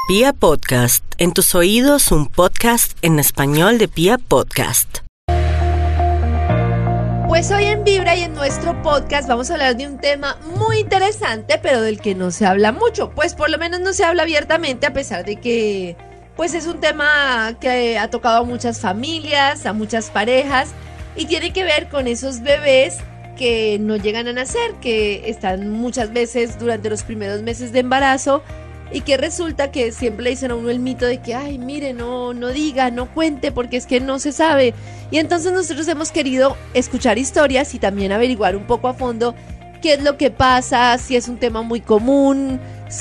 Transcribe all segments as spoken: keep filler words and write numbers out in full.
Pia Podcast, en tus oídos un podcast en español de Pia Podcast. Pues hoy en Vibra y en nuestro podcast vamos a hablar de un tema muy interesante, pero del que no se habla mucho, pues por lo menos no se habla abiertamente, a pesar de que pues es un tema que ha tocado a muchas familias, a muchas parejas, y tiene que ver con esos bebés que no llegan a nacer, que están muchas veces durante los primeros meses de embarazo y que resulta que siempre le dicen a uno el mito de que, ay, mire, no, no diga, no cuente, porque es que no se sabe. Y entonces nosotros hemos querido escuchar historias y también averiguar un poco a fondo qué es lo que pasa, si es un tema muy común,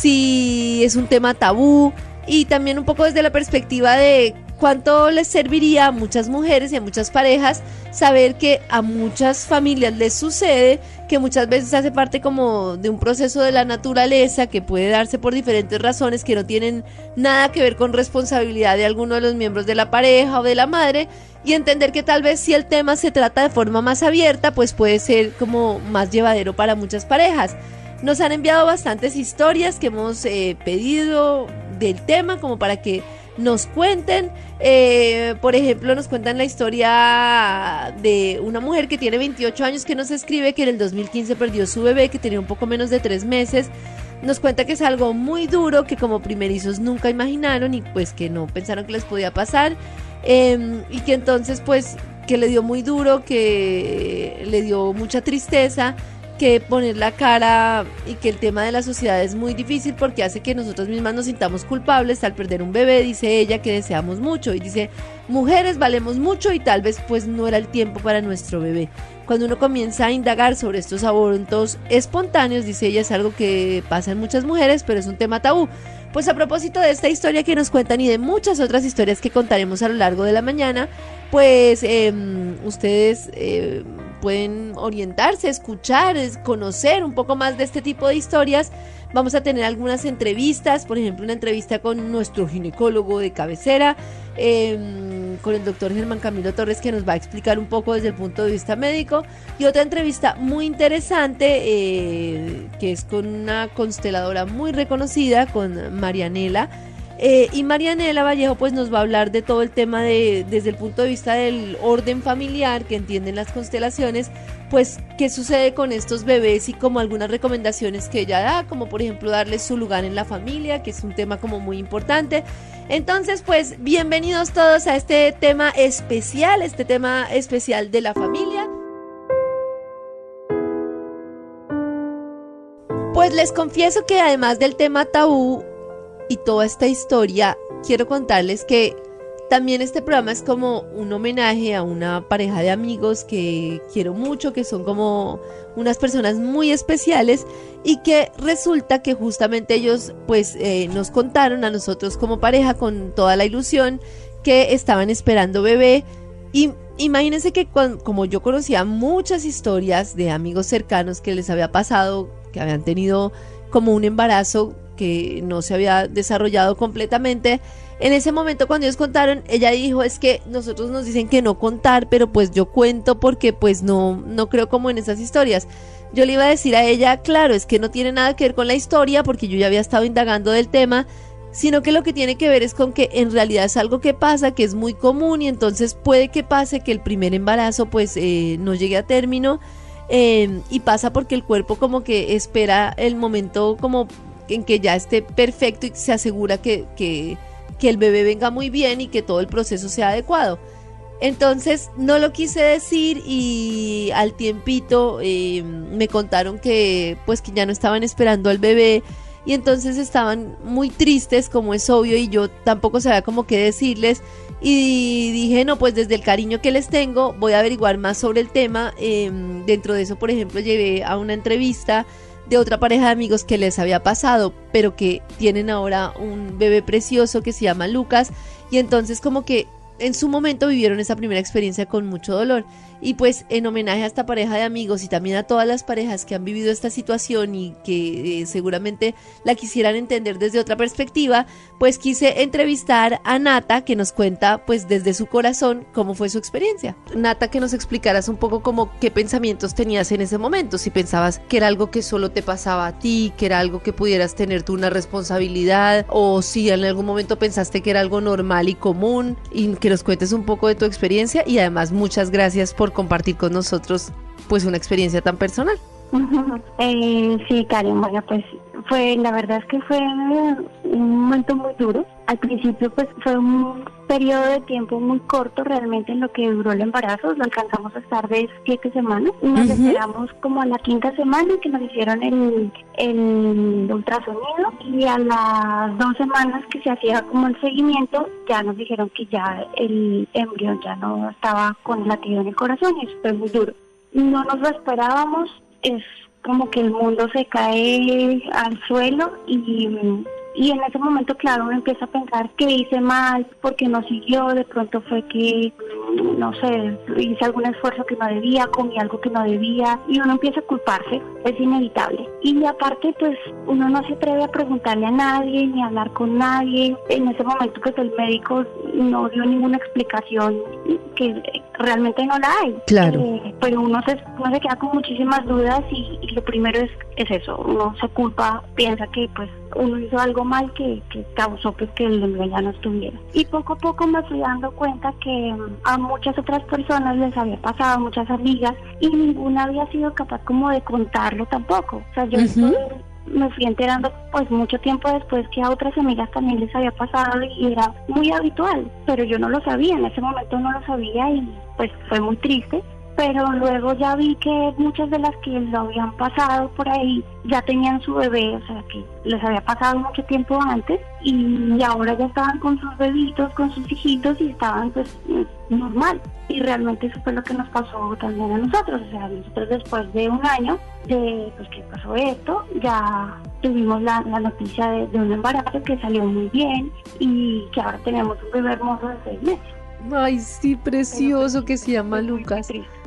si es un tema tabú, y también un poco desde la perspectiva de cuánto les serviría a muchas mujeres y a muchas parejas saber que a muchas familias les sucede, que muchas veces hace parte como de un proceso de la naturaleza que puede darse por diferentes razones que no tienen nada que ver con responsabilidad de alguno de los miembros de la pareja o de la madre, y entender que tal vez si el tema se trata de forma más abierta, pues puede ser como más llevadero para muchas parejas. Nos han enviado bastantes historias que hemos eh, pedido del tema como para que nos cuenten. Eh, por ejemplo, nos cuentan la historia de una mujer que tiene veintiocho años que nos escribe que en el dos mil quince perdió su bebé, que tenía un poco menos de tres meses. Nos cuenta que es algo muy duro, que como primerizos nunca imaginaron y pues que no pensaron que les podía pasar, eh, y que entonces pues que le dio muy duro, que le dio mucha tristeza, que poner la cara, y que el tema de la sociedad es muy difícil porque hace que nosotros mismas nos sintamos culpables al perder un bebé. Dice ella que deseamos mucho y dice, mujeres valemos mucho y tal vez pues no era el tiempo para nuestro bebé. Cuando uno comienza a indagar sobre estos abortos espontáneos, dice ella, es algo que pasa en muchas mujeres, pero es un tema tabú. Pues a propósito de esta historia que nos cuentan y de muchas otras historias que contaremos a lo largo de la mañana, pues eh, ustedes eh, pueden orientarse, escuchar, conocer un poco más de este tipo de historias. Vamos a tener algunas entrevistas, por ejemplo una entrevista con nuestro ginecólogo de cabecera, eh, con el doctor Germán Camilo Torres, que nos va a explicar un poco desde el punto de vista médico, y otra entrevista muy interesante eh, que es con una consteladora muy reconocida, con Marianela. Eh, y Marianela Vallejo pues nos va a hablar de todo el tema de, desde el punto de vista del orden familiar, que entienden las constelaciones, pues qué sucede con estos bebés y como algunas recomendaciones que ella da, como por ejemplo darles su lugar en la familia, que es un tema como muy importante. Entonces pues bienvenidos todos a este tema especial, este tema especial de la familia. Pues les confieso que además del tema tabú y toda esta historia, quiero contarles que también este programa es como un homenaje a una pareja de amigos que quiero mucho, que son como unas personas muy especiales, y que resulta que justamente ellos pues eh, nos contaron a nosotros como pareja con toda la ilusión que estaban esperando bebé. Y imagínense que cuando, como yo conocía muchas historias de amigos cercanos que les había pasado, que habían tenido como un embarazo que no se había desarrollado completamente, en ese momento cuando ellos contaron, ella dijo, es que nosotros nos dicen que no contar, pero pues yo cuento porque pues no, no creo como en esas historias. Yo le iba a decir a ella, claro, es que no tiene nada que ver con la historia porque yo ya había estado indagando del tema, sino que lo que tiene que ver es con que en realidad es algo que pasa, que es muy común, y entonces puede que pase que el primer embarazo pues eh, no llegue a término, eh, y pasa porque el cuerpo como que espera el momento como en que ya esté perfecto y se asegura que, que, que el bebé venga muy bien y que todo el proceso sea adecuado. Entonces no lo quise decir, y al tiempito eh, me contaron que pues que ya no estaban esperando al bebé, y entonces estaban muy tristes, como es obvio, y yo tampoco sabía cómo qué decirles, y dije, no, pues desde el cariño que les tengo voy a averiguar más sobre el tema. Eh, dentro de eso, por ejemplo, llevé a una entrevista de otra pareja de amigos que les había pasado, pero que tienen ahora un bebé precioso que se llama Lucas, y entonces como que en su momento vivieron esa primera experiencia con mucho dolor. Y pues en homenaje a esta pareja de amigos y también a todas las parejas que han vivido esta situación y que eh, seguramente la quisieran entender desde otra perspectiva, pues quise entrevistar a Nata, que nos cuenta pues desde su corazón cómo fue su experiencia. Nata, que nos explicaras un poco como qué pensamientos tenías en ese momento, si pensabas que era algo que solo te pasaba a ti, que era algo que pudieras tener tú una responsabilidad, o si en algún momento pensaste que era algo normal y común, y que nos cuentes un poco de tu experiencia. Y además muchas gracias por compartir con nosotros pues una experiencia tan personal. Eh, sí, Karen, bueno, pues fue, la verdad es que fue un momento muy duro. Al principio pues fue un periodo de tiempo muy corto realmente en lo que duró el embarazo, lo alcanzamos a estar de siete semanas, y nos uh-huh. esperamos como a la quinta semana que nos hicieron el, el ultrasonido, y a las dos semanas que se hacía como el seguimiento ya nos dijeron que ya el embrión ya no estaba con latido en el corazón, y eso fue muy duro. No nos lo esperábamos, es como que el mundo se cae al suelo y, y en ese momento, claro, uno empieza a pensar que hice mal, porque no siguió, de pronto fue que, no sé, hice algún esfuerzo que no debía, comí algo que no debía, y uno empieza a culparse, es inevitable. Y aparte, pues, uno no se atreve a preguntarle a nadie, ni a hablar con nadie. En ese momento, pues, el médico no dio ninguna explicación, que realmente no la hay. Claro. Eh, pero uno se, uno se queda con muchísimas dudas, y, y lo primero es, es eso, uno se culpa, piensa que, pues, uno hizo algo mal que, que causó pues que el embrión ya no estuviera. Y poco a poco me fui dando cuenta que um, a muchas otras personas les había pasado, muchas amigas, y ninguna había sido capaz como de contarlo tampoco. O sea, yo uh-huh. estoy, me fui enterando pues mucho tiempo después que a otras amigas también les había pasado, y era muy habitual, pero yo no lo sabía, en ese momento no lo sabía, y pues fue muy triste. Pero luego ya vi que muchas de las que lo habían pasado por ahí ya tenían su bebé, o sea que les había pasado mucho tiempo antes, y ahora ya estaban con sus bebitos, con sus hijitos, y estaban pues normal. Y realmente eso fue lo que nos pasó también a nosotros, o sea, nosotros después de un año de pues que pasó esto, ya tuvimos la, la noticia de, de un embarazo que salió muy bien, y que ahora tenemos un bebé hermoso de seis meses. Ay, sí, precioso, pues, que se llama Lucas.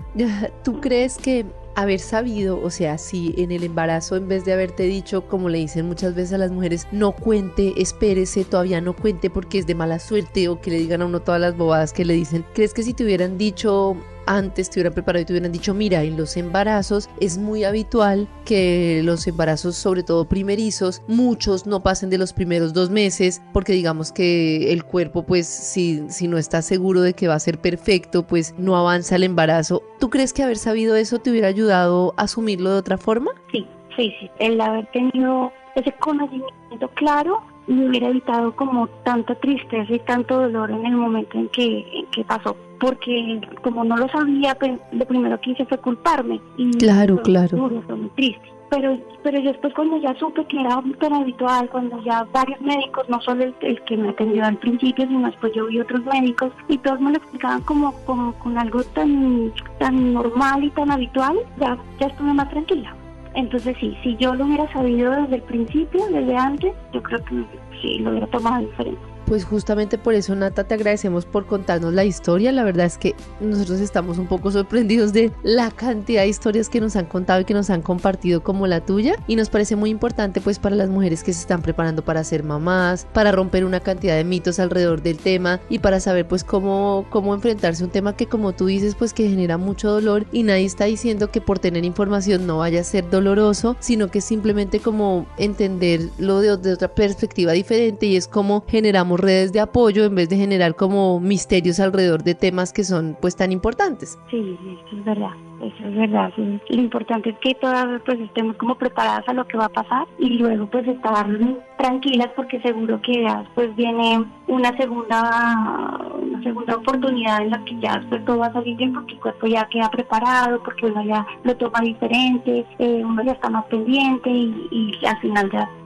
¿Tú crees que haber sabido, o sea, si en el embarazo, en vez de haberte dicho, como le dicen muchas veces a las mujeres, no cuente, espérese, todavía no cuente porque es de mala suerte, o que le digan a uno todas las bobadas que le dicen, crees que si te hubieran dicho antes, te hubieran preparado y te hubieran dicho, mira, en los embarazos es muy habitual que los embarazos, sobre todo primerizos, muchos no pasen de los primeros dos meses, porque digamos que el cuerpo, pues, si, si no está seguro de que va a ser perfecto, pues no avanza el embarazo? ¿Tú crees que haber sabido eso te hubiera ayudado a asumirlo de otra forma? Sí, sí, sí. El haber tenido ese conocimiento claro me hubiera evitado como tanta tristeza y tanto dolor en el momento en que, en que pasó, porque como no lo sabía, pues, lo primero que hice fue culparme. Y claro, fue claro. Muy duro, fue muy triste. Pero, pero después, cuando ya supe que era tan habitual, cuando ya varios médicos, no solo el, el que me atendió al principio, sino después yo vi otros médicos, y todos me lo explicaban como, como con algo tan, tan normal y tan habitual, ya, ya estuve más tranquila. Entonces sí, si yo lo hubiera sabido desde el principio, desde antes, yo creo que sí, lo hubiera tomado diferente. Pues justamente por eso, Nata, te agradecemos por contarnos la historia. La verdad es que nosotros estamos un poco sorprendidos de la cantidad de historias que nos han contado y que nos han compartido como la tuya, y nos parece muy importante pues para las mujeres que se están preparando para ser mamás, para romper una cantidad de mitos alrededor del tema y para saber pues cómo, cómo enfrentarse a un tema que, como tú dices, pues que genera mucho dolor, y nadie está diciendo que por tener información no vaya a ser doloroso, sino que simplemente como entenderlo de, de otra perspectiva diferente, y es como generamos redes de apoyo en vez de generar como misterios alrededor de temas que son pues tan importantes. Sí, eso es verdad, eso es verdad. Sí. Lo importante es que todas pues estemos como preparadas a lo que va a pasar, y luego pues estar tranquilas, porque seguro que ya después viene una segunda una segunda oportunidad en la que ya después todo va a salir bien, porque el cuerpo ya queda preparado, porque uno ya lo toma diferente, eh, uno ya está más pendiente, y, y al final ya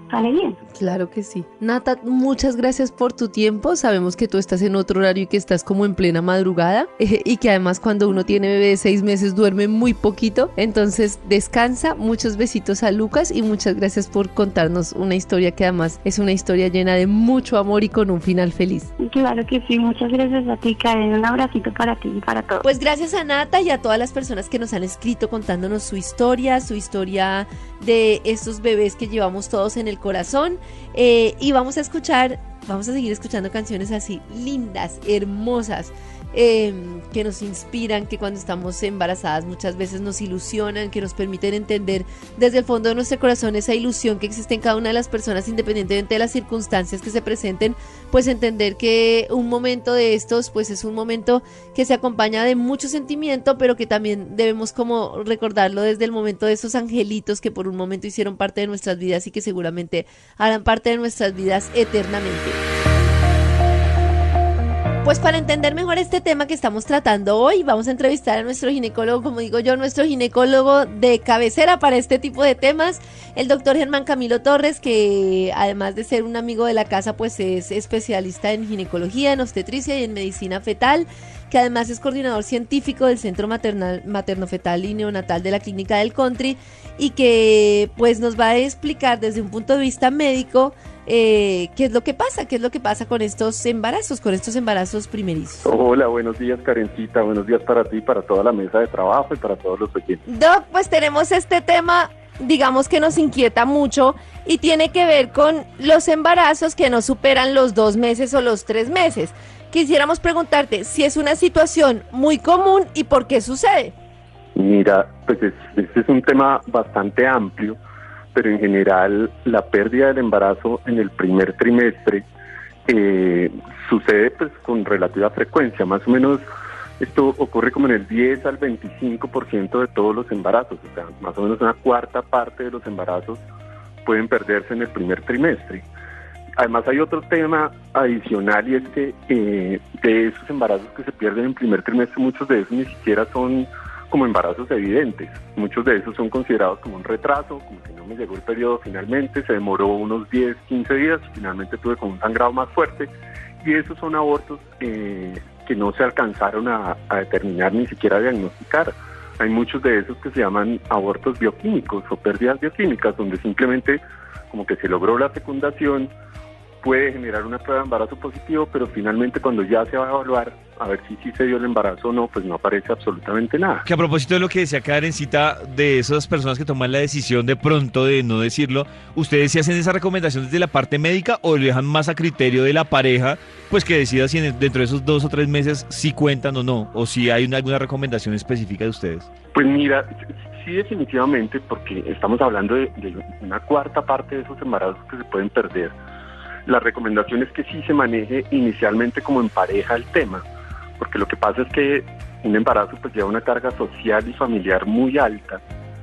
sale bien. Claro que sí. Nata, muchas gracias por tu tiempo. Sabemos que tú estás en otro horario y que estás como en plena madrugada eh, y que además cuando uno tiene bebé de seis meses duerme muy poquito. Entonces descansa. Muchos besitos a Lucas y muchas gracias por contarnos una historia que además es una historia llena de mucho amor y con un final feliz. Claro que sí. Muchas gracias a ti, Karen. Un abracito para ti y para todos. Pues gracias a Nata y a todas las personas que nos han escrito contándonos su historia, su historia de estos bebés que llevamos todos en el corazón. Eh, y vamos a escuchar, vamos a seguir escuchando canciones así lindas, hermosas, eh, que nos inspiran, que cuando estamos embarazadas muchas veces nos ilusionan, que nos permiten entender desde el fondo de nuestro corazón esa ilusión que existe en cada una de las personas independientemente de las circunstancias que se presenten, pues entender que un momento de estos pues es un momento que se acompaña de mucho sentimiento, pero que también debemos como recordarlo desde el momento de esos angelitos que por un momento hicieron parte de nuestras vidas y que seguramente harán parte de nuestras vidas eternamente. Pues para entender mejor este tema que estamos tratando hoy, vamos a entrevistar a nuestro ginecólogo, como digo yo, nuestro ginecólogo de cabecera para este tipo de temas, el doctor Germán Camilo Torres, que además de ser un amigo de la casa, pues es especialista en ginecología, en obstetricia y en medicina fetal, que además es coordinador científico del Centro Maternal, Materno-Fetal y Neonatal de la Clínica del Country, y que pues nos va a explicar desde un punto de vista médico Eh, qué es lo que pasa, qué es lo que pasa con estos embarazos, con estos embarazos primerizos. Hola, buenos días, Karencita, buenos días para ti, para toda la mesa de trabajo y para todos los oyentes. Doc, pues tenemos este tema, digamos que nos inquieta mucho y tiene que ver con los embarazos que no superan los dos meses o los tres meses. Quisiéramos preguntarte si es una situación muy común y por qué sucede. Mira, pues es, este es un tema bastante amplio, pero en general la pérdida del embarazo en el primer trimestre eh, sucede pues con relativa frecuencia, más o menos esto ocurre como en el diez al veinticinco por ciento de todos los embarazos, o sea, más o menos una cuarta parte de los embarazos pueden perderse en el primer trimestre. Además hay otro tema adicional y es que eh, de esos embarazos que se pierden en el primer trimestre, muchos de esos ni siquiera son como embarazos evidentes, muchos de esos son considerados como un retraso, como que no me llegó el periodo finalmente, se demoró unos diez, quince días, finalmente tuve como un sangrado más fuerte, y esos son abortos eh, que no se alcanzaron a, a determinar ni siquiera a diagnosticar. Hay muchos de esos que se llaman abortos bioquímicos o pérdidas bioquímicas, donde simplemente como que se logró la fecundación, puede generar una prueba de embarazo positivo, pero finalmente cuando ya se va a evaluar a ver si sí se dio el embarazo o no, pues no aparece absolutamente nada. Que a propósito de lo que decía Karencita, de esas personas que toman la decisión de pronto de no decirlo, ¿ustedes sí hacen esa recomendación desde la parte médica o lo dejan más a criterio de la pareja, pues que decida si dentro de esos dos o tres meses sí cuentan o no, o si hay una, alguna recomendación específica de ustedes? Pues mira, sí definitivamente, porque estamos hablando de, de una cuarta parte de esos embarazos que se pueden perder. La recomendación es que sí se maneje inicialmente como en pareja el tema, porque lo que pasa es que un embarazo pues lleva una carga social y familiar muy alta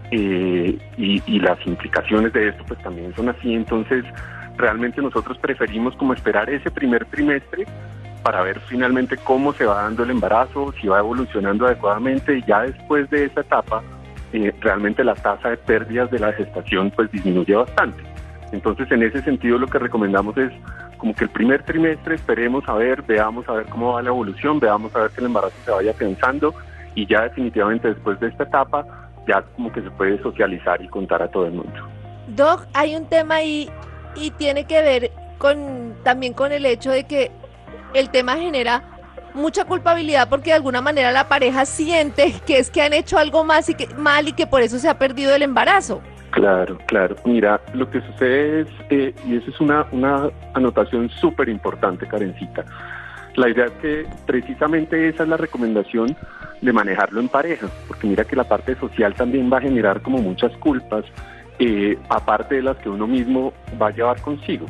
eh, y, y las implicaciones de esto pues también son así, entonces realmente nosotros preferimos como esperar ese primer trimestre para ver finalmente cómo se va dando el embarazo, si va evolucionando adecuadamente, y ya después de esa etapa eh, realmente la tasa de pérdidas de la gestación pues disminuye bastante. Entonces, en ese sentido, lo que recomendamos es como que el primer trimestre esperemos a ver, veamos a ver cómo va la evolución, veamos a ver que el embarazo se vaya pensando, y ya definitivamente después de esta etapa, ya como que se puede socializar y contar a todo el mundo. Doc, hay un tema ahí y tiene que ver con también con el hecho de que el tema genera mucha culpabilidad porque de alguna manera la pareja siente que es que han hecho algo más y que, mal y que por eso se ha perdido el embarazo. Claro, claro. Mira, lo que sucede es, eh, y eso es una, una anotación súper importante, Karencita, la idea es que precisamente esa es la recomendación de manejarlo en pareja, porque mira que la parte social también va a generar como muchas culpas, eh, aparte de las que uno mismo va a llevar consigo.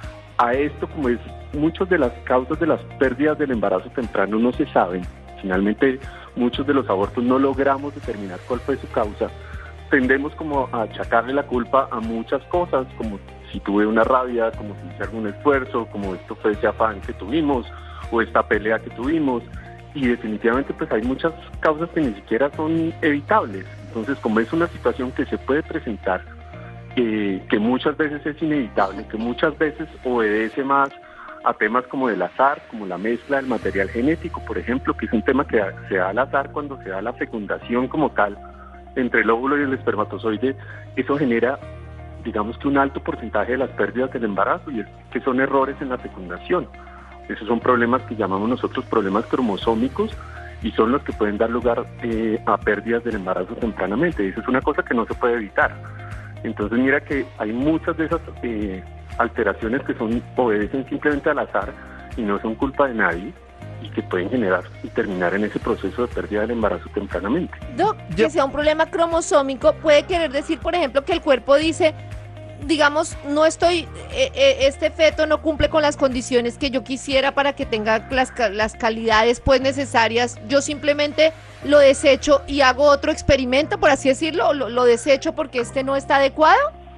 A esto, como es, muchas de las causas de las pérdidas del embarazo temprano no se saben, finalmente muchos de los abortos no logramos determinar cuál fue su causa, tendemos como a achacarle la culpa a muchas cosas, como si tuve una rabia, como si hice algún esfuerzo, como esto fue ese afán que tuvimos, o esta pelea que tuvimos, y definitivamente pues hay muchas causas que ni siquiera son evitables. Entonces, como es una situación que se puede presentar, eh, que muchas veces es inevitable, que muchas veces obedece más a temas como del azar, como la mezcla del material genético, por ejemplo, que es un tema que se da al azar cuando se da la fecundación como tal entre el óvulo y el espermatozoide. Eso genera, digamos que un alto porcentaje de las pérdidas del embarazo, y es que son errores en la fecundación. Esos son problemas que llamamos nosotros problemas cromosómicos, y son los que pueden dar lugar eh, a pérdidas del embarazo tempranamente. Eso es una cosa que no se puede evitar. Entonces mira que hay muchas de esas eh, alteraciones que son obedecen simplemente al azar y no son culpa de nadie, y que pueden generar y terminar en ese proceso de pérdida del embarazo tempranamente. Doc, que sea un problema cromosómico puede querer decir, por ejemplo, que el cuerpo dice, digamos, no estoy, eh, eh, este feto no cumple con las condiciones que yo quisiera para que tenga las, las calidades pues necesarias, yo simplemente lo desecho y hago otro experimento, por así decirlo, lo, lo desecho porque este no está adecuado.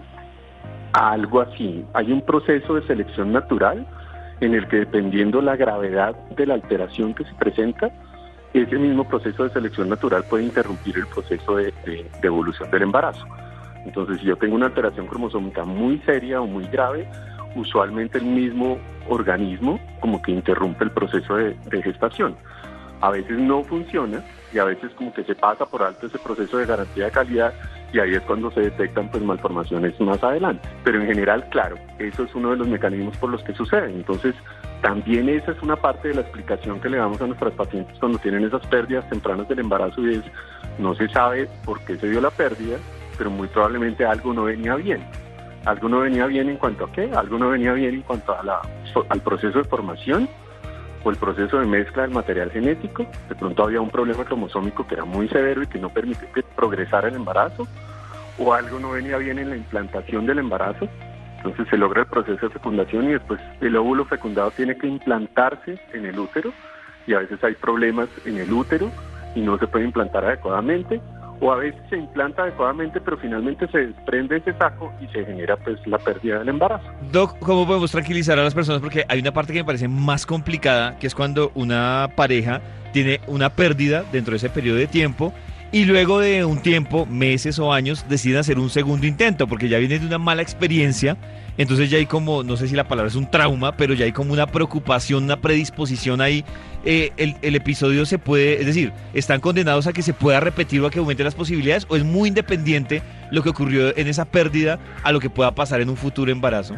Algo así. Hay un proceso de selección natural en el que, dependiendo la gravedad de la alteración que se presenta, ese mismo proceso de selección natural puede interrumpir el proceso de, de, de evolución del embarazo. Entonces, si yo tengo una alteración cromosómica muy seria o muy grave, usualmente el mismo organismo como que interrumpe el proceso de, de gestación. A veces no funciona y a veces como que se pasa por alto ese proceso de garantía de calidad, y ahí es cuando se detectan pues malformaciones más adelante. Pero en general, claro, eso es uno de los mecanismos por los que suceden. Entonces, también esa es una parte de la explicación que le damos a nuestras pacientes cuando tienen esas pérdidas tempranas del embarazo, y es, no se sabe por qué se dio la pérdida, pero muy probablemente algo no venía bien. Algo no venía bien en cuanto a qué, algo no venía bien en cuanto a la, al proceso de formación o el proceso de mezcla del material genético. De pronto había un problema cromosómico que era muy severo y que no permitía que progresara el embarazo, o algo no venía bien en la implantación del embarazo. Entonces se logra el proceso de fecundación y después el óvulo fecundado tiene que implantarse en el útero, y a veces hay problemas en el útero y no se puede implantar adecuadamente, o a veces se implanta adecuadamente pero finalmente se desprende ese saco y se genera pues la pérdida del embarazo. Doc, ¿cómo podemos tranquilizar a las personas? Porque hay una parte que me parece más complicada, que es cuando una pareja tiene una pérdida dentro de ese periodo de tiempo y luego de un tiempo, meses o años, deciden hacer un segundo intento porque ya vienen de una mala experiencia. Entonces ya hay como, no sé si la palabra es un trauma, pero ya hay como una preocupación, una predisposición ahí. Eh, el, el episodio se puede, es decir, ¿están condenados a que se pueda repetir o a que aumenten las posibilidades? ¿O es muy independiente lo que ocurrió en esa pérdida a lo que pueda pasar en un futuro embarazo?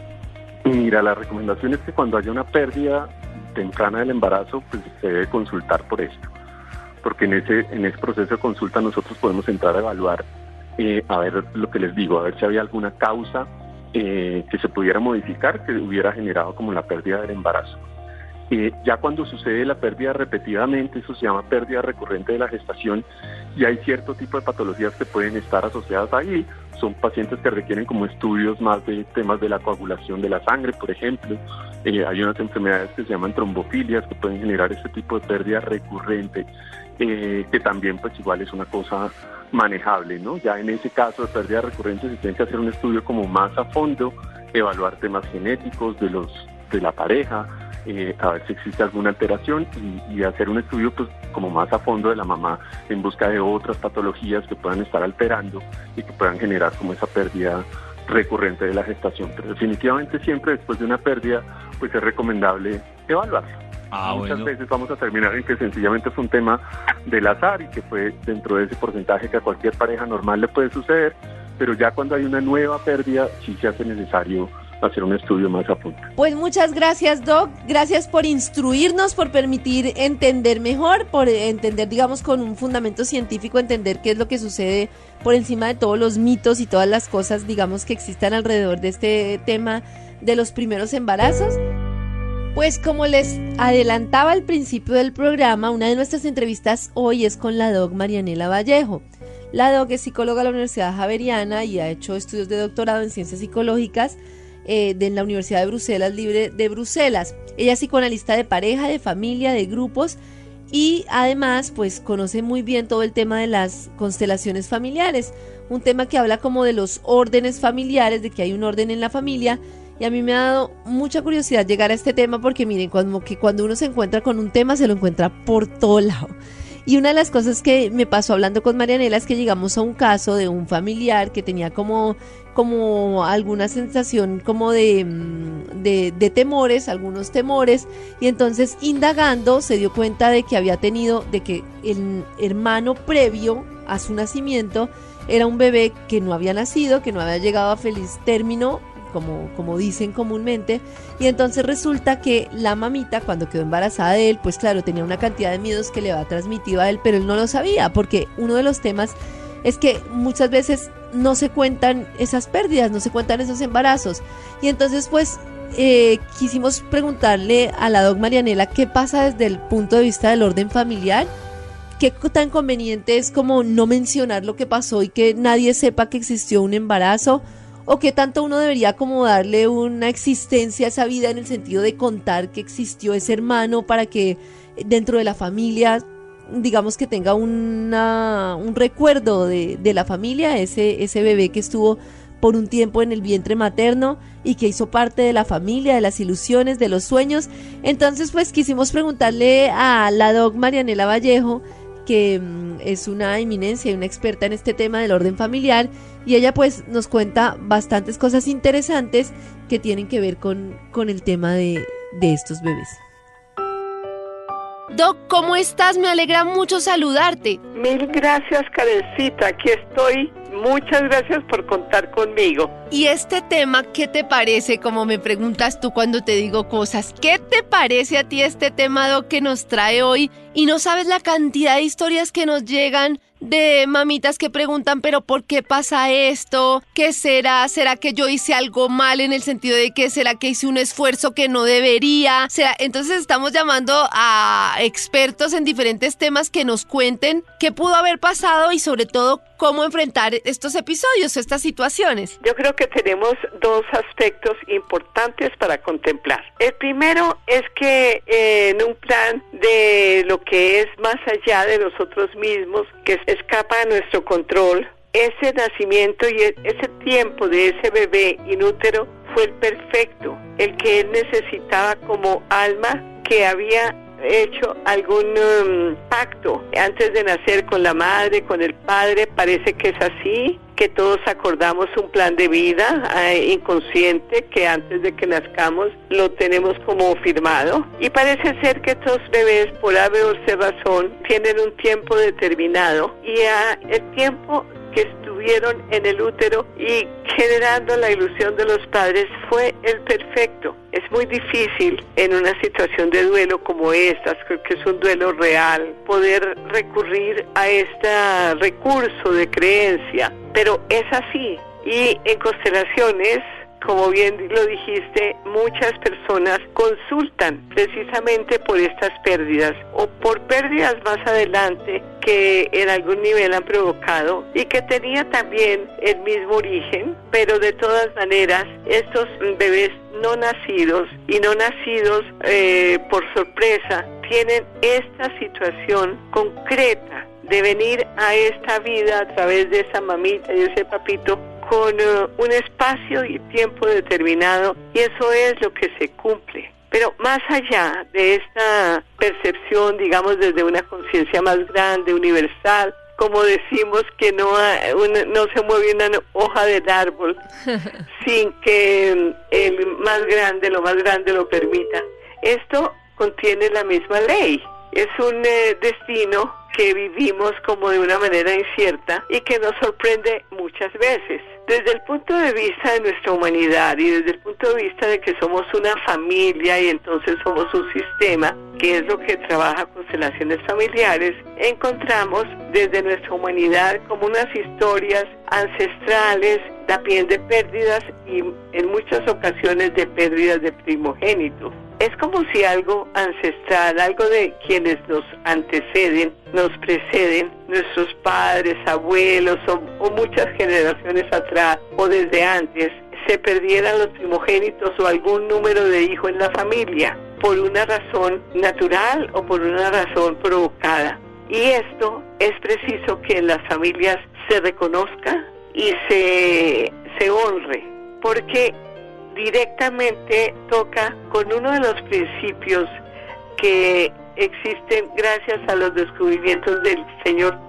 Mira, la recomendación es que cuando haya una pérdida temprana del embarazo, pues se debe consultar por esto. Porque en ese, en ese proceso de consulta nosotros podemos entrar a evaluar, eh, a ver lo que les digo, a ver si había alguna causa Eh, que se pudiera modificar, que hubiera generado como la pérdida del embarazo. Eh, ya cuando sucede la pérdida repetidamente, eso se llama pérdida recurrente de la gestación, y hay cierto tipo de patologías que pueden estar asociadas ahí. Son pacientes que requieren como estudios más de temas de la coagulación de la sangre, por ejemplo. Eh, hay unas enfermedades que se llaman trombofilias que pueden generar este tipo de pérdida recurrente, eh, que también pues igual es una cosa manejable, ¿no? Ya en ese caso de pérdida recurrente se tiene que hacer un estudio como más a fondo, evaluar temas genéticos de los de la pareja, eh, a ver si existe alguna alteración, y, y hacer un estudio pues como más a fondo de la mamá en busca de otras patologías que puedan estar alterando y que puedan generar como esa pérdida recurrente de la gestación. Pero definitivamente siempre después de una pérdida pues es recomendable evaluarla. Ah, Muchas bueno. veces vamos a terminar en que sencillamente es un tema del azar y que fue dentro de ese porcentaje que a cualquier pareja normal le puede suceder, pero ya cuando hay una nueva pérdida sí se hace necesario hacer un estudio más a fondo. Pues muchas gracias, Doc. Gracias por instruirnos, por permitir entender mejor, por entender, digamos, con un fundamento científico, entender qué es lo que sucede por encima de todos los mitos y todas las cosas, digamos, que existan alrededor de este tema de los primeros embarazos. Pues como les adelantaba al principio del programa, una de nuestras entrevistas hoy es con la doc Marianela Vallejo. La doc es psicóloga de la Universidad Javeriana y ha hecho estudios de doctorado en ciencias psicológicas eh, de la Universidad de Bruselas Libre de Bruselas. Ella es psicoanalista de pareja, de familia, de grupos, y además pues conoce muy bien todo el tema de las constelaciones familiares, un tema que habla como de los órdenes familiares, de que hay un orden en la familia. Y a mí me ha dado mucha curiosidad llegar a este tema porque miren, como que cuando uno se encuentra con un tema se lo encuentra por todo lado. Y una de las cosas que me pasó hablando con Marianela es que llegamos a un caso de un familiar que tenía como como alguna sensación como de, de, de temores, algunos temores, y entonces indagando se dio cuenta de que había tenido, de que el hermano previo a su nacimiento era un bebé que no había nacido, que no había llegado a feliz término, como, como dicen comúnmente, y entonces resulta que la mamita, cuando quedó embarazada de él, pues claro, tenía una cantidad de miedos que le había transmitido a él, pero él no lo sabía, porque uno de los temas es que muchas veces no se cuentan esas pérdidas, no se cuentan esos embarazos, y entonces pues eh, quisimos preguntarle a la doc Marianela qué pasa desde el punto de vista del orden familiar, qué tan conveniente es como no mencionar lo que pasó y que nadie sepa que existió un embarazo, o qué tanto uno debería como darle una existencia a esa vida en el sentido de contar que existió ese hermano para que dentro de la familia, digamos que tenga una, un recuerdo de, de la familia, ese, ese bebé que estuvo por un tiempo en el vientre materno y que hizo parte de la familia, de las ilusiones, de los sueños. Entonces pues quisimos preguntarle a la doc Marianela Vallejo, que mm, es una eminencia y una experta en este tema del orden familiar, y ella pues nos cuenta bastantes cosas interesantes que tienen que ver con, con el tema de, de estos bebés. Doc, ¿cómo estás? Me alegra mucho saludarte. Mil gracias, Karencita, aquí estoy. Muchas gracias por contar conmigo. Y este tema, ¿qué te parece? Como me preguntas tú cuando te digo cosas, ¿qué te parece a ti este tema, Doc, que nos trae hoy? Y no sabes la cantidad de historias que nos llegan de mamitas que preguntan, pero ¿por qué pasa esto? ¿Qué será? ¿Será que yo hice algo mal en el sentido de que será que hice un esfuerzo que no debería? ¿Será? Entonces estamos llamando a expertos en diferentes temas que nos cuenten qué pudo haber pasado y sobre todo cómo enfrentar estos episodios, estas situaciones. Yo creo que tenemos dos aspectos importantes para contemplar. El primero es que eh, en un plan de lo que es más allá de nosotros mismos, que escapa a nuestro control, ese nacimiento y ese tiempo de ese bebé inútero fue el perfecto, el que él necesitaba como alma, que había hecho algún um, pacto antes de nacer con la madre, con el padre. Parece que es así, que todos acordamos un plan de vida eh, inconsciente que antes de que nazcamos lo tenemos como firmado, y parece ser que estos bebés por haber o ser razón tienen un tiempo determinado, y a el tiempo que estuvieron en el útero y generando la ilusión de los padres fue el perfecto. Es muy difícil en una situación de duelo como esta, creo que es un duelo real, poder recurrir a este recurso de creencia, pero es así. Y en constelaciones, como bien lo dijiste, muchas personas consultan precisamente por estas pérdidas o por pérdidas más adelante que en algún nivel han provocado y que tenía también el mismo origen, pero de todas maneras estos bebés no nacidos y no nacidos eh, por sorpresa tienen esta situación concreta de venir a esta vida a través de esa mamita y ese papito con uh, un espacio y tiempo determinado, y eso es lo que se cumple. Pero más allá de esta percepción, digamos, desde una conciencia más grande, universal, como decimos que no, una, no se mueve una hoja del árbol sin que el más grande, lo más grande lo permita. Esto contiene la misma ley. Es un eh, destino que vivimos como de una manera incierta y que nos sorprende muchas veces. Desde el punto de vista de nuestra humanidad y desde el punto de vista de que somos una familia y entonces somos un sistema, que es lo que trabaja constelaciones familiares, encontramos desde nuestra humanidad como unas historias ancestrales, también de pérdidas y en muchas ocasiones de pérdidas de primogénitos. Es como si algo ancestral, algo de quienes nos anteceden, nos preceden, nuestros padres, abuelos o, o muchas generaciones atrás o desde antes, se perdieran los primogénitos o algún número de hijos en la familia por una razón natural o por una razón provocada. Y esto es preciso que en las familias se reconozca y se, se honre, porque directamente toca con uno de los principios que existen gracias a los descubrimientos del señor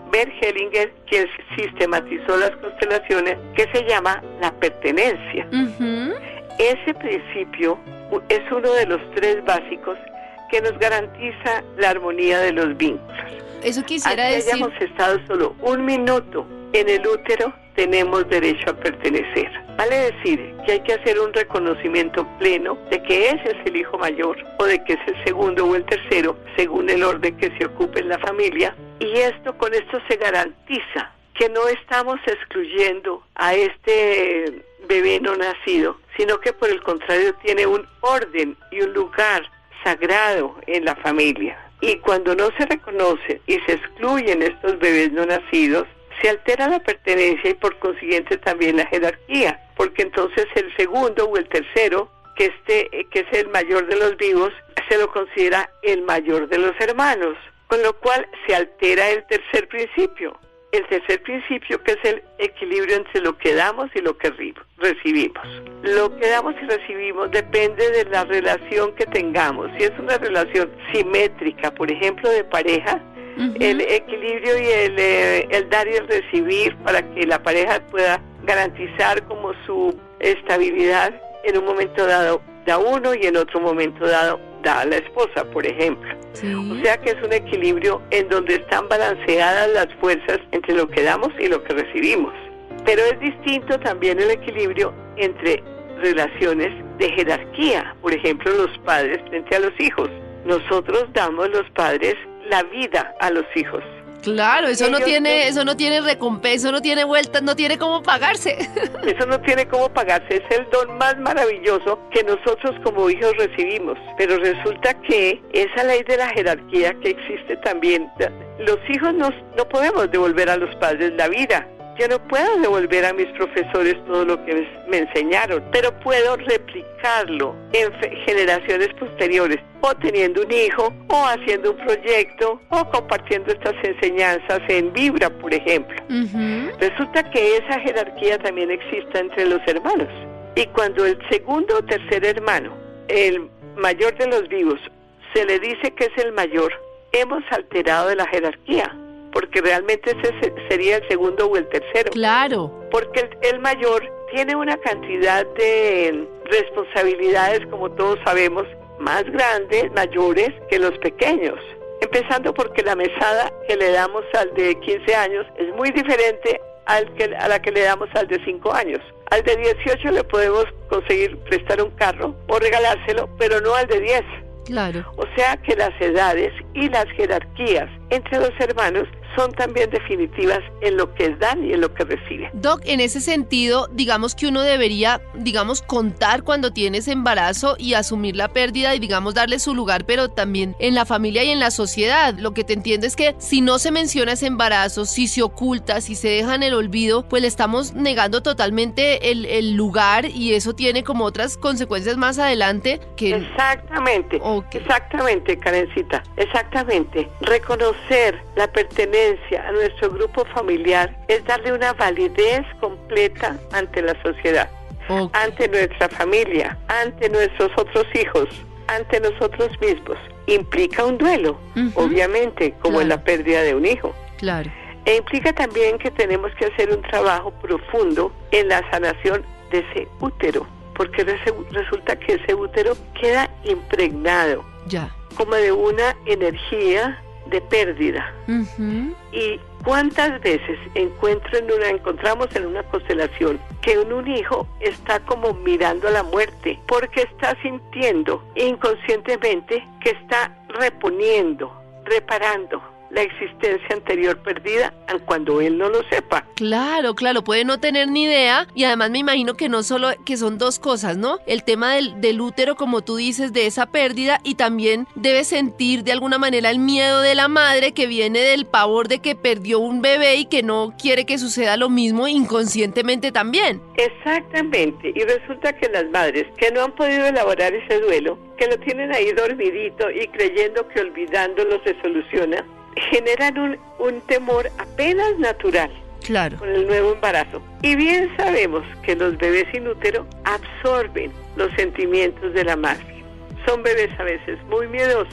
Bert Hellinger, quien sistematizó las constelaciones, que se llama la pertenencia. Ujú. Ese principio es uno de los tres básicos que nos garantiza la armonía de los vínculos. Eso quisiera Aunque decir. hayamos estado solo un minuto en el útero, tenemos derecho a pertenecer. Vale decir que hay que hacer un reconocimiento pleno de que ese es el hijo mayor o de que es el segundo o el tercero, según el orden que se ocupe en la familia. Y esto, con esto se garantiza que no estamos excluyendo a este bebé no nacido, sino que por el contrario tiene un orden y un lugar sagrado en la familia. Y cuando no se reconoce y se excluyen estos bebés no nacidos, se altera la pertenencia y por consiguiente también la jerarquía, porque entonces el segundo o el tercero, que este que es el mayor de los vivos, se lo considera el mayor de los hermanos, con lo cual se altera el tercer principio. El tercer principio, que es el equilibrio entre lo que damos y lo que recibimos. Lo que damos y recibimos depende de la relación que tengamos. Si es una relación simétrica, por ejemplo, de pareja, uh-huh. el equilibrio y el, eh, el dar y el recibir para que la pareja pueda garantizar como su estabilidad, en un momento dado da uno y en otro momento dado da a la esposa, por ejemplo. Sí. O sea que es un equilibrio en donde están balanceadas las fuerzas entre lo que damos y lo que recibimos. Pero es distinto también el equilibrio entre relaciones de jerarquía, por ejemplo, los padres frente a los hijos. Nosotros damos los padres la vida a los hijos. Claro, eso no tiene, eso no tiene recompensa, eso no tiene vueltas, no tiene cómo pagarse. Eso no tiene cómo pagarse, es el don más maravilloso que nosotros como hijos recibimos. Pero resulta que esa ley de la jerarquía que existe también, los hijos no, no podemos devolver a los padres la vida. Yo no puedo devolver a mis profesores todo lo que me enseñaron, pero puedo replicarlo en generaciones posteriores, o teniendo un hijo, o haciendo un proyecto, o compartiendo estas enseñanzas en Vibra, por ejemplo. Uh-huh. Resulta que esa jerarquía también existe entre los hermanos. Y cuando el segundo o tercer hermano, el mayor de los vivos, se le dice que es el mayor, hemos alterado de la jerarquía. Porque realmente ese sería el segundo o el tercero. Claro. Porque el, el mayor tiene una cantidad de responsabilidades, como todos sabemos, más grandes, mayores que los pequeños. Empezando porque la mesada que le damos al de quince años es muy diferente al que, a la que le damos al de cinco años. Al de dieciocho le podemos conseguir prestar un carro o regalárselo, pero no al de diez. Claro. O sea que las edades y las jerarquías entre los hermanos son también definitivas en lo que dan y en lo que reciben. Doc, en ese sentido, digamos que uno debería, digamos, contar cuando tienes embarazo y asumir la pérdida y, digamos, darle su lugar, pero también en la familia y en la sociedad. Lo que te entiendo es que si no se menciona ese embarazo, si se oculta, si se deja en el olvido, pues le estamos negando totalmente el, el lugar y eso tiene como otras consecuencias más adelante que... Exactamente, okay. exactamente, Karencita, exactamente. Reconocer la pertenencia a nuestro grupo familiar es darle una validez completa ante la sociedad, okay. ante nuestra familia, ante nuestros otros hijos, ante nosotros mismos. Implica un duelo, uh-huh. obviamente, como claro. en la pérdida de un hijo. Claro. E implica también que tenemos que hacer un trabajo profundo en la sanación de ese útero, porque resulta que ese útero queda impregnado ya. como de una energía de pérdida. Uh-huh. Y cuántas veces encuentro en una, encontramos en una constelación que un, un hijo está como mirando a la muerte porque está sintiendo inconscientemente que está reponiendo, reparando la existencia anterior perdida, aun cuando él no lo sepa. Claro, claro, puede no tener ni idea y además me imagino que no solo, que son dos cosas, ¿no? El tema del, del útero, como tú dices, de esa pérdida y también debe sentir de alguna manera el miedo de la madre que viene del pavor de que perdió un bebé y que no quiere que suceda lo mismo inconscientemente también. Exactamente, y resulta que las madres que no han podido elaborar ese duelo, que lo tienen ahí dormidito y creyendo que olvidándolo se soluciona, generan un, un temor apenas natural claro. con el nuevo embarazo. Y bien sabemos que los bebés sin útero absorben los sentimientos de la madre. Son bebés a veces muy miedosos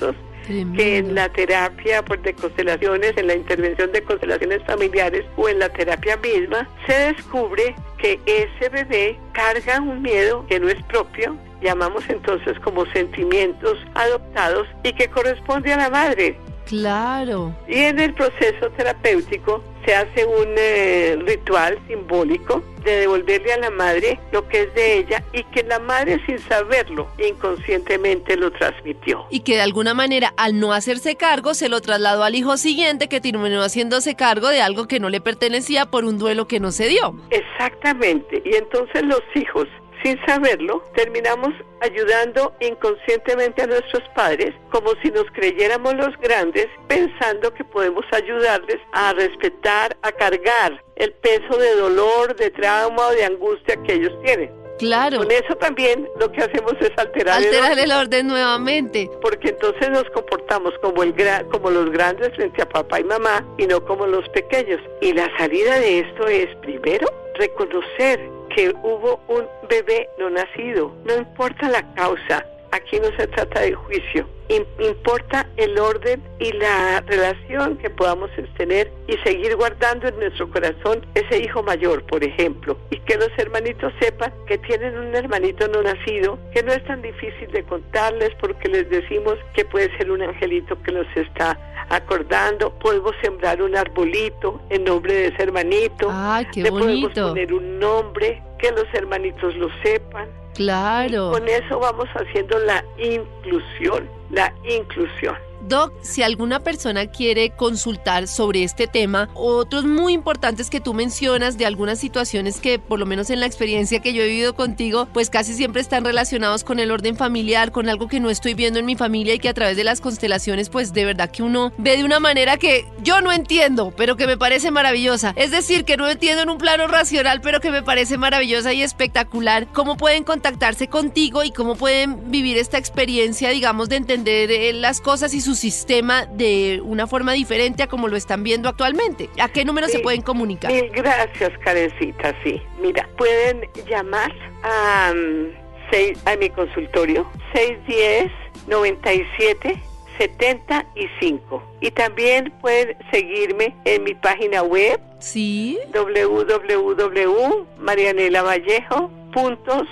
Tremendo. que en la terapia pues, de constelaciones, en la intervención de constelaciones familiares o en la terapia misma, se descubre que ese bebé carga un miedo que no es propio, llamamos entonces como sentimientos adoptados y que corresponde a la madre. Claro. Y en el proceso terapéutico se hace un eh, ritual simbólico de devolverle a la madre lo que es de ella y que la madre sin saberlo inconscientemente lo transmitió. Y que de alguna manera al no hacerse cargo se lo trasladó al hijo siguiente que terminó haciéndose cargo de algo que no le pertenecía por un duelo que no se dio. Exactamente. Y entonces los hijos, sin saberlo, terminamos ayudando inconscientemente a nuestros padres como si nos creyéramos los grandes, pensando que podemos ayudarles a respetar, a cargar el peso de dolor, de trauma o de angustia que ellos tienen. Claro. Con eso también lo que hacemos es alterar, Alterar el, orden, el orden nuevamente. porque entonces nos comportamos como, el gra- como los grandes frente a papá y mamá y no como los pequeños. Y la salida de esto es, primero, reconocer que hubo un bebé no nacido. No importa la causa, aquí no se trata de juicio. Im- importa el orden y la relación que podamos tener y seguir guardando en nuestro corazón ese hijo mayor, por ejemplo. Y que los hermanitos sepan que tienen un hermanito no nacido, que no es tan difícil de contarles porque les decimos que puede ser un angelito que los está acordando. Podemos sembrar un arbolito en nombre de ese hermanito. Ay, qué Le podemos bonito. poner un nombre, que los hermanitos lo sepan. Claro. Con eso vamos haciendo la inclusión, la inclusión. Doc, si alguna persona quiere consultar sobre este tema, otros muy importantes que tú mencionas de algunas situaciones que, por lo menos en la experiencia que yo he vivido contigo, pues casi siempre están relacionados con el orden familiar, con algo que no estoy viendo en mi familia y que a través de las constelaciones, pues de verdad que uno ve de una manera que yo no entiendo, pero que me parece maravillosa. Es decir, que no entiendo en un plano racional, pero que me parece maravillosa y espectacular. ¿Cómo pueden contactarse contigo y cómo pueden vivir esta experiencia, digamos, de entender eh, las cosas y su sistema de una forma diferente a como lo están viendo actualmente? ¿A qué número Sí, se pueden comunicar? Mil gracias, Karencita, sí. Mira, pueden llamar a, um, seis, a mi consultorio seis uno cero, nueve siete, setenta y cinco. Y también pueden seguirme en mi página web Sí. doble u doble u doble u punto marianela vallejo punto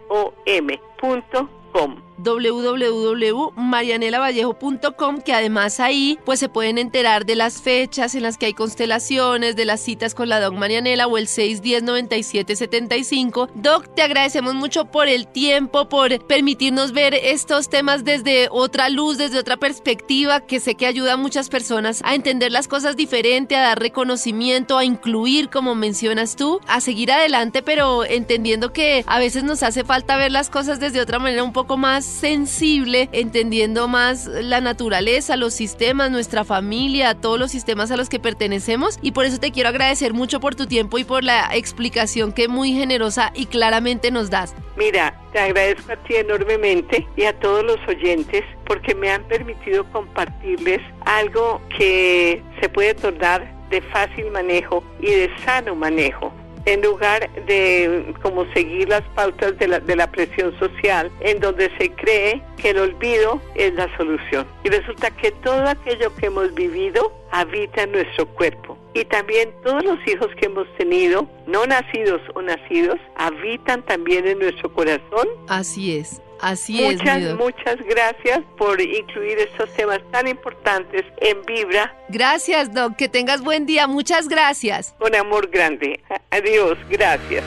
com. doble u doble u doble u punto marianela vallejo punto com, que además ahí pues se pueden enterar de las fechas en las que hay constelaciones, de las citas con la Doc Marianela o el seis uno cero, nueve siete, setenta y cinco. Doc, te agradecemos mucho por el tiempo, por permitirnos ver estos temas desde otra luz, desde otra perspectiva, que sé que ayuda a muchas personas a entender las cosas diferente, a dar reconocimiento, a incluir, como mencionas tú, a seguir adelante, pero entendiendo que a veces nos hace falta ver las cosas desde otra manera un poco más sensible, entendiendo más la naturaleza, los sistemas, nuestra familia, todos los sistemas a los que pertenecemos, y por eso te quiero agradecer mucho por tu tiempo y por la explicación que muy generosa y claramente nos das. Mira, te agradezco a ti enormemente y a todos los oyentes porque me han permitido compartirles algo que se puede tornar de fácil manejo y de sano manejo, en lugar de como seguir las pautas de la, de la presión social, en donde se cree que el olvido es la solución. Y resulta que todo aquello que hemos vivido habita en nuestro cuerpo. Y también todos los hijos que hemos tenido, no nacidos o nacidos, habitan también en nuestro corazón. Así es. Así muchas, es, mi Doc. muchas gracias por incluir estos temas tan importantes en Vibra. Gracias, Doc. Que tengas buen día. Muchas gracias. Con amor grande. Adiós. Gracias.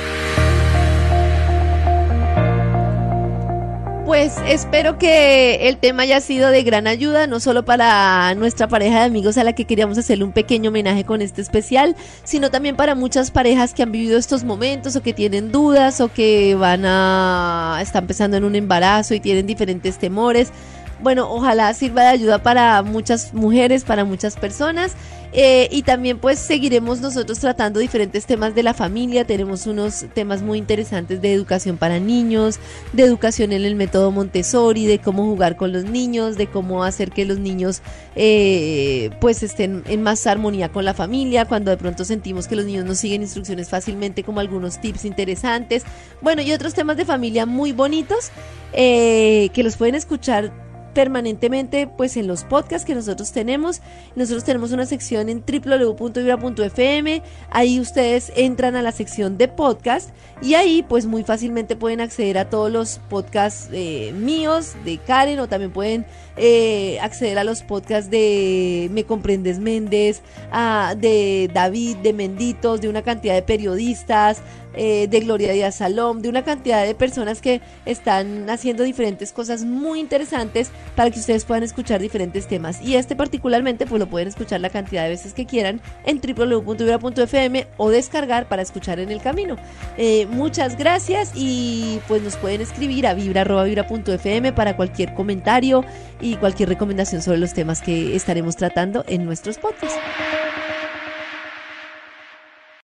Pues espero que el tema haya sido de gran ayuda, no solo para nuestra pareja de amigos a la que queríamos hacerle un pequeño homenaje con este especial, sino también para muchas parejas que han vivido estos momentos o que tienen dudas o que van a están empezando en un embarazo y tienen diferentes temores. Bueno, ojalá sirva de ayuda para muchas mujeres, para muchas personas. Eh, y también pues seguiremos nosotros tratando diferentes temas de la familia. Tenemos unos temas muy interesantes de educación para niños, de educación en el método Montessori, de cómo jugar con los niños, de cómo hacer que los niños eh, pues estén en más armonía con la familia, cuando de pronto sentimos que los niños no siguen instrucciones fácilmente, como algunos tips interesantes. Bueno, y otros temas de familia muy bonitos eh, que los pueden escuchar permanentemente pues en los podcasts que nosotros tenemos. Nosotros tenemos una sección en w w w punto vibra punto f m, ahí ustedes entran a la sección de podcast y ahí pues muy fácilmente pueden acceder a todos los podcasts eh, míos, de Karen, o también pueden eh, acceder a los podcasts de Me Comprendes Méndez, a, de David, de Menditos, de una cantidad de periodistas, eh, de Gloria Díaz Salom, de una cantidad de personas que están haciendo diferentes cosas muy interesantes para que ustedes puedan escuchar diferentes temas, y este particularmente pues lo pueden escuchar la cantidad de veces que quieran en w w w punto vibra punto f m o descargar para escuchar en el camino. Eh, muchas gracias, y pues nos pueden escribir a vibra arroba vibra punto f m para cualquier comentario y cualquier recomendación sobre los temas que estaremos tratando en nuestros podcasts.